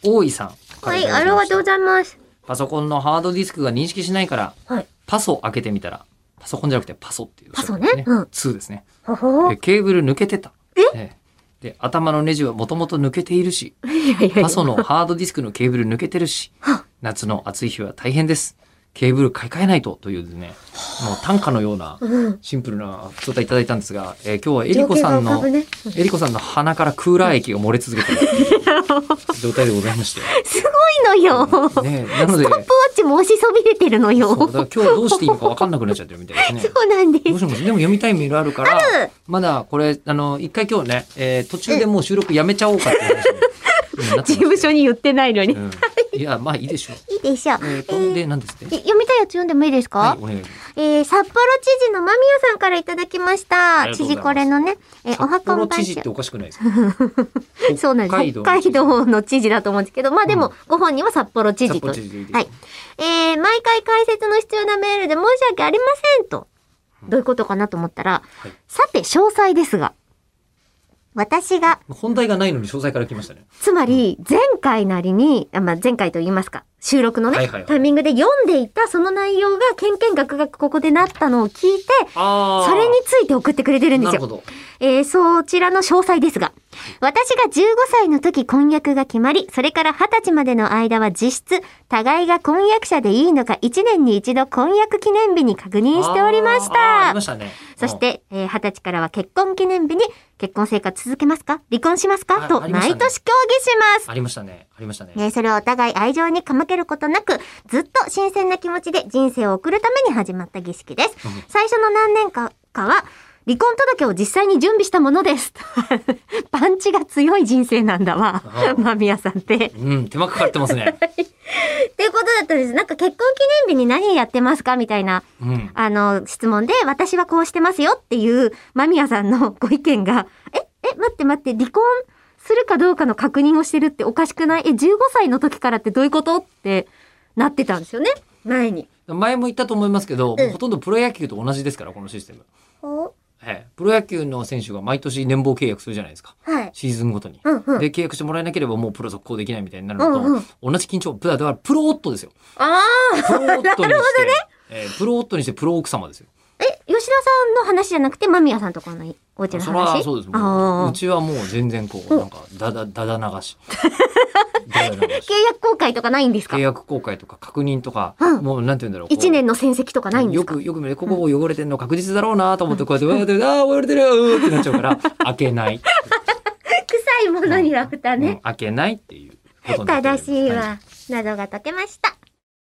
大井さんからいただきました。 はい、ありがとうございます。 パソコンのハードディスクが認識しないから、 はい、 パソ開けてみたら、パソコンじゃなくてパソっていう、 パソね、うん、 2ですね。 ほほケーブル抜けてた。で、頭のネジはもともと抜けているし、パソのハードディスクのケーブル抜けてるし、夏の暑い日は大変です。ケーブル買い替えないとというですね、もう短歌のようなシンプルな普通歌いただいたんですが、今日はエリコさんの、エリコさんの鼻からクーラー液が漏れ続けている状態でございまして。 すごいのよ。 ね、なので、 ストップウォッチも押しそびれてるのよ。 そうだから今日どうしていいのか分かんなくなっちゃってるみたいですね。 そうなんです。 どうしますでも読みたいメールあるから、まだこれ、一回今日ね、途中でもう収録やめちゃおうかって話に事務所に言ってないのに。 いや、まあいいでしょう。 いいでしょう。 で、何ですって読みたいやつ読んでもいいですか？ はい、お願いします。 札幌知事の間宮さんからいただきました。知事これのね、お墓札幌知事っておかしくないですか？ そうなんです。北海道の知事だと思うんですけど、まあでも、ご本人は札幌知事と。はい。毎回解説の必要なメールで申し訳ありませんと。どういうことかなと思ったら、さて、詳細ですが、私が本題がないのに詳細から来ましたね。 つまり前回なりに、前回と言いますか、収録のね、タイミングで読んでいたその内容がけんけんがくがくここでなったのを聞いて、それについて送ってくれてるんですよ。 なるほど。 そちらの詳細ですが、私が15歳の時婚約が決まり、それから20歳までの間は実質、互いが婚約者でいいのか1年に一度婚約記念日に確認しておりました。 ありましたね。 そして、20歳からは結婚記念日に結婚生活続けますか離婚しますかと毎年協議します。 ありましたね。ありましたね。 それをお互い愛情にかまけることなく、ずっと新鮮な気持ちで人生を送るために始まった儀式です。最初の何年かは、離婚届を実際に準備したものです。パンチが強い人生なんだわ。間宮さんって。 手間かかってますね。 っていうことだったんです。なんか結婚記念日に何やってますかみたいな、質問で、私はこうしてますよっていう間宮さんのご意見が、待って離婚するかどうかの確認をしてるっておかしくない？15歳の時からってどういうことってなってたんですよね。前も言ったと思いますけど、もうほとんどプロ野球と同じですから、このシステム。プロ野球の選手が毎年年俸契約するじゃないですか。シーズンごとに。で、契約してもらえなければもうプロ続行できないみたいになるのと、同じ緊張。だからプロオットですよ。プロオットにして、プロオットにしてプロ奥様ですよ。 吉田さんの話じゃなくて間宮さんとこのお家の話？ それはそうです。うちはもう全然こう、なんか、だだ流し。 契約公開とかないんですか？ 契約公開とか確認とか、もうなんて言うんだろう。 1年の戦績とかないんですか？ よく見る、ここ汚れてんの確実だろうなと思って、こうやって、汚れてるってなっちゃうから、開けない。 臭いものには蓋ね。 開けないっていうこと正しいわ。謎が解けました。